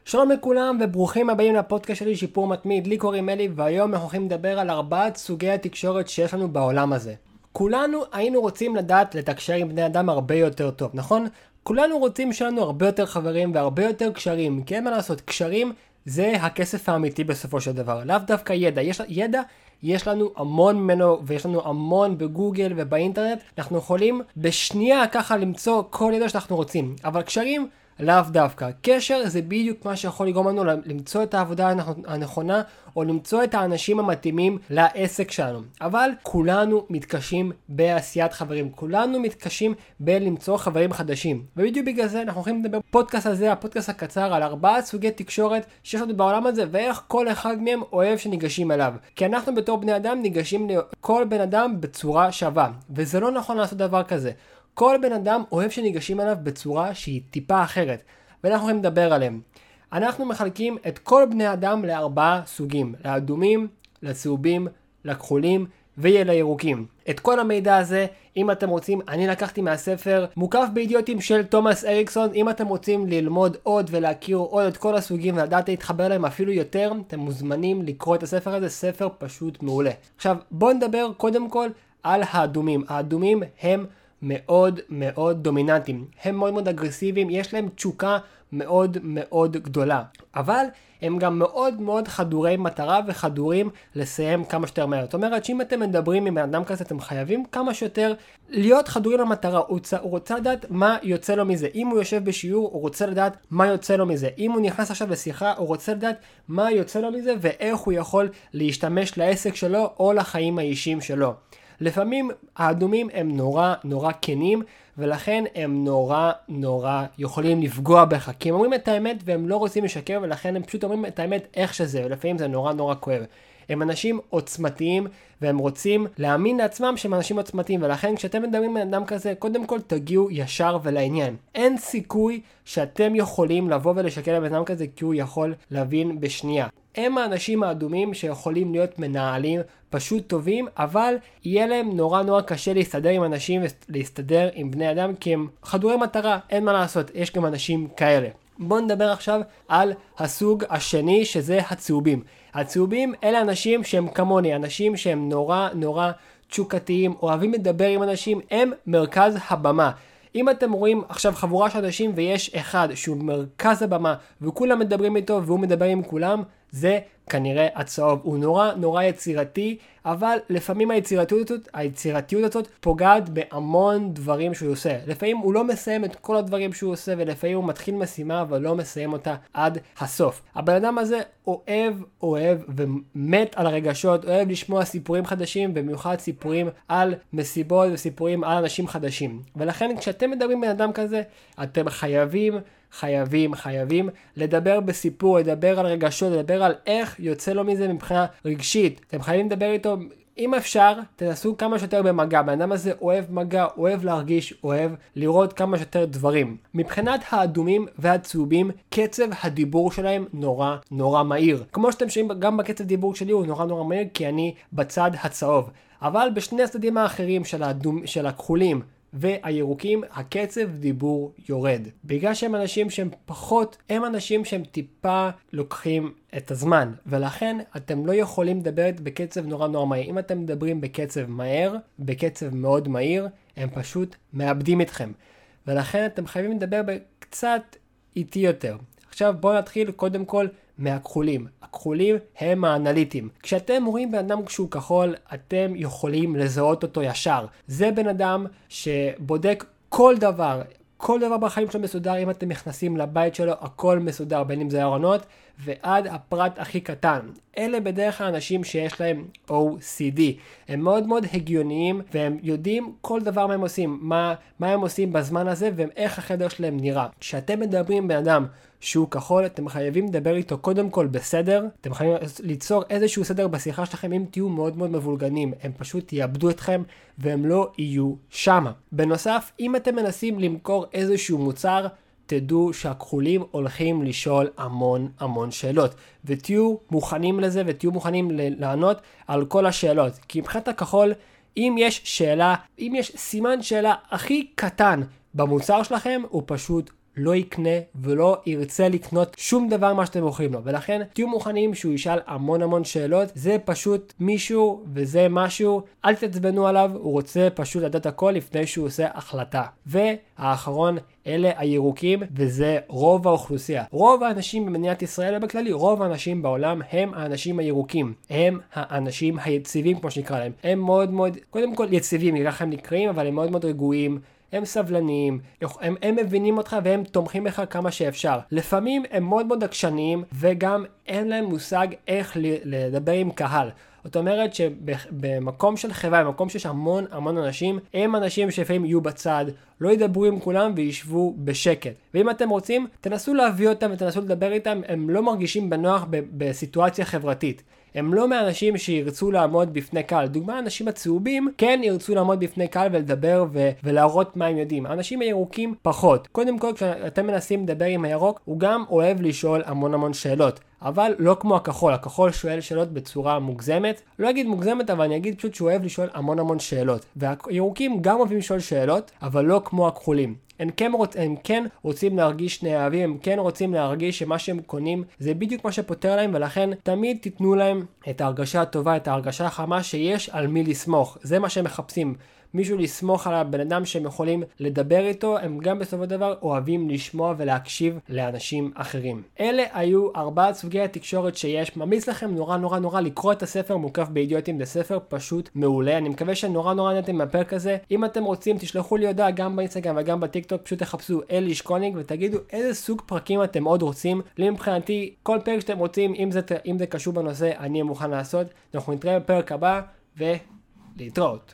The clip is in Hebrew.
שלום לכולם וברוכים הבאים לפודקאסט שלי שיפור מתמיד, לי קוראים אלי והיום אנחנו הולכים לדבר על 4 סוגי התקשורת שיש לנו בעולם הזה. כולנו היינו רוצים לדעת לתקשר עם בני אדם הרבה יותר טוב, נכון? כולנו רוצים שלנו הרבה יותר חברים והרבה יותר קשרים, כי אין מה לעשות, קשרים זה הכסף האמיתי בסופו של דבר, לאו דווקא ידע. יש לנו המון ממנו ויש לנו המון בגוגל ובאינטרנט, אנחנו יכולים בשנייה ככה למצוא כל ידע שאנחנו רוצים, אבל קשרים לאו דווקא. קשר זה בדיוק מה שיכול לגרום לנו למצוא את העבודה הנכונה או למצוא את האנשים המתאימים לעסק שלנו. אבל כולנו מתקשים בעשיית חברים, כולנו מתקשים בלמצוא חברים חדשים. ובדיוק בגלל זה אנחנו הולכים לדבר בפודקאסט הזה, הפודקאסט הקצר, על 4 סוגי תקשורת שיש לנו בעולם הזה ואיך כל אחד מהם אוהב שניגשים אליו. כי אנחנו בתור בני אדם ניגשים לכל בן אדם בצורה שווה, וזה לא נכון לעשות דבר כזה. כל בן אדם אוהב שניגשים אליו בצורה שהיא טיפה אחרת, ואנחנו יכולים לדבר עליהם. אנחנו מחלקים את כל בני אדם ל4 סוגים, לאדומים, לצהובים, לכחולים ולירוקים. את כל המידע הזה, אם אתם רוצים, אני לקחתי מהספר מוקף באידיוטים של תומאס אריקסון. אם אתם רוצים ללמוד עוד ולהכיר עוד את כל הסוגים ולדעת להתחבר להם אפילו יותר, אתם מוזמנים לקרוא את הספר הזה, ספר פשוט מעולה. עכשיו בואו נדבר קודם כל על האדומים. האדומים הם מאוד מאוד דומיננטיים, הם מאוד מאוד אגרסיביים, יש להם תשוקה מאוד מאוד גדולה, אבל הם גם מאוד מאוד חדורי מטרה וחדורים לסיים כמה שיותר מהר. זאת אומרת שאם אתם מדברים עם אדם כזה, אתם חייבים כמה שיותר להיות חדורים למטרה. הוא רוצה לדעת מה יוצא לו מזה. אם הוא יושב בשיעור, הוא רוצה לדעת מה יוצא לו מזה. אם הוא נכנס עכשיו לשיחה, הוא רוצה לדעת מה יוצא לו מזה ואיך הוא יכול להשתמש לעסק שלו או לחיים האישיים שלו. לפעמים האדומים הם נורא כנים, ולכן הם נורא יכולים לפגוע בך, כי הם אומרים את האמת והם לא רוצים לשקר, ולכן הם פשוט אומרים את האמת איך שזה, ולפעמים זה נורא כואב. הם אנשים עוצמתיים והם רוצים להאמין לעצמם שהם אנשים עוצמתיים, ולכן כשאתם מדברים עם אדם כזה, קודם כל תגיעו ישר ולעניין. אין סיכוי שאתם יכולים לבוא ולשקר לבן אדם כזה, כי הוא יכול להבין בשנייה. הם האנשים האדומים שיכולים להיות מנהלים פשוט טובים, אבל יהיה להם נורא קשה להסתדר עם אנשים ולהסתדר עם בני אדם, כי הם חדורי מטרה, אין מה לעשות, יש גם אנשים כאלה. בואו נדבר עכשיו על הסוג השני, שזה הצהובים. הצהובים אלה אנשים שהם כמוני, אנשים שהם נורא תשוקתיים, אוהבים לדבר עם אנשים, הם מרכז הבמה. אם אתם רואים עכשיו חבורה של אנשים ויש אחד שהוא מרכז הבמה וכולם מדברים איתו והוא מדבר עם כולם, זה כנראה הצהוב. הוא נורא יצירתי, אבל לפעמים היצירתיות הזאת פוגעת בהמון דברים שהוא עושה. לפעמים הוא לא מסיים את כל הדברים שהוא עושה, ולפעמים הוא מתחיל משימה אבל לא מסיים אותה עד הסוף. הבן אדם הזה אוהב ומת על הרגשות, אוהב לשמוע סיפורים חדשים, במיוחד סיפורים על מסיבות וסיפורים על אנשים חדשים. ולכן כשאתם מדברים בן אדם כזה, אתם חייבים לדבר בסיפור, לדבר על רגשות, לדבר על איך יוצא לו מזה מבחינה רגשית. אתם חייבים לדבר איתו, אם אפשר, תנסו כמה שיותר במגע. בן אדם הזה אוהב מגע, אוהב להרגיש, אוהב לראות כמה שיותר דברים. מבחינת האדומים והצהובים, קצב הדיבור שלהם נורא מהיר. כמו שאתם שומעים, גם בקצב דיבור שלי הוא נורא מהיר, כי אני בצד הצהוב. אבל בשני הצדדים האחרים של הכחולים והירוקים, הקצב דיבור יורד. בגלל שהם אנשים שהם פחות, הם אנשים שהם טיפה לוקחים את הזמן, ולכן אתם לא יכולים לדבר בקצב נורא מהיר. אם אתם מדברים בקצב מהר, בקצב מאוד מהיר, הם פשוט מאבדים אתכם. ולכן אתם חייבים לדבר בקצת איטי יותר. עכשיו בואו נתחיל קודם כל מהכחולים. הכחולים הם האנליטים. כשאתם רואים בן אדם כשהוא כחול, אתם יכולים לזהות אותו ישר. זה בן אדם שבודק כל דבר בחיים שלו מסודר. אם אתם נכנסים לבית שלו, הכל מסודר, בין אם זה ארונות ועד הפרט הכי קטן. אלה בדרך כלל אנשים שיש להם OCD. הם מאוד הגיוניים, והם יודעים כל דבר מה הם עושים, מה הם עושים בזמן הזה, ואיך החדר שלהם נראה. כשאתם מדברים עם בן אדם שהוא כחול, אתם חייבים לדבר איתו קודם כל בסדר. אתם חייבים ליצור איזשהו סדר בשיחה שלכם. אם תהיו מאוד מבולגנים, הם פשוט יאבדו אתכם והם לא יהיו שמה. בנוסף, אם אתם מנסים למכור איזשהו מוצר, תדעו שהכחולים הולכים לשאול המון שאלות, ותהיו מוכנים לזה ותהיו מוכנים לענות על כל השאלות. כי מבחינת הכחול, אם יש סימן שאלה הכי קטן במוצר שלכם, הוא פשוט לא יקנה ולא ירצה לקנות שום דבר מה שאתם מוכרים לו, ולכן תהיו מוכנים שהוא ישאל המון שאלות. זה פשוט מישהו וזה משהו, אל תתעצבנו עליו, הוא רוצה פשוט לדעת הכל לפני שהוא עושה החלטה. והאחרון, אלה הירוקים, וזה רוב האוכלוסייה. רוב האנשים במדינת ישראל, בכללי, רוב האנשים בעולם הם האנשים הירוקים. הם האנשים היציבים, כמו שנקרא להם. הם מאוד, קודם כל יציבים, ככה הם נקראים, אבל הם מאוד רגועים. הם סבלניים, הם מבינים אותך והם תומכים בך כמה שאפשר. לפעמים הם מאוד עקשניים, וגם אין להם מושג איך לדבר עם קהל. זאת אומרת שבמקום של חברה, במקום שיש המון אנשים, הם אנשים שלפעמים יהיו בצד, לא ידברו עם כולם וישבו בשקט. ואם אתם רוצים, תנסו להביא אותם ותנסו לדבר איתם, הם לא מרגישים בנוח בסיטואציה חברתית. הם לא מאנשים שירצו לעמוד בפני קהל. דוגמה, האנשים הצהובים כן ירצו לעמוד בפני קהל ולדבר ולהראות מה הם יודעים. האנשים הירוקים פחות. קודם כל, כשאתם מנסים לדבר עם הירוק, הוא גם אוהב לשאול המון שאלות. אבל לא כמו הכחול. הכחול שואל שאלות בצורה מוגזמת. לא אגיד מוגזמת, אבל אני אגיד פשוט שהוא אוהב לשאול המון שאלות. והירוקים גם אוהבים לשאול שאלות, אבל לא כמו הכחולים. הם כן רוצים להרגיש נאהבים, הם כן רוצים להרגיש שמה שהם קונים זה בדיוק מה שפותר להם, ולכן תמיד תיתנו להם את ההרגשה הטובה, את ההרגשה החמה שיש על מי לסמוך. זה מה שהם מחפשים. מישהו לסמוך על הבן אדם שהם יכולים לדבר איתו. הם גם בסופו דבר אוהבים לשמוע ולהקשיב לאנשים אחרים. אלה היו 4 סוגי התקשורת שיש. ממליץ לכם נורא לקרוא את הספר מוקף באידיוטים. זה ספר פשוט מעולה. אני מקווה שנורא נהנתם מהפרק הזה. אם אתם רוצים, תשלחו לי הודעה גם באינסטגרם וגם בטיקטוק. פשוט תחפשו אלי שקולניק ותגידו איזה סוג פרקים אתם עוד רוצים. לי מבחינתי, כל פרק שאתם רוצים, אם זה קשור בנושא, אני מוכן לעשות. אנחנו נתראה בפרק הבא ולהתראות.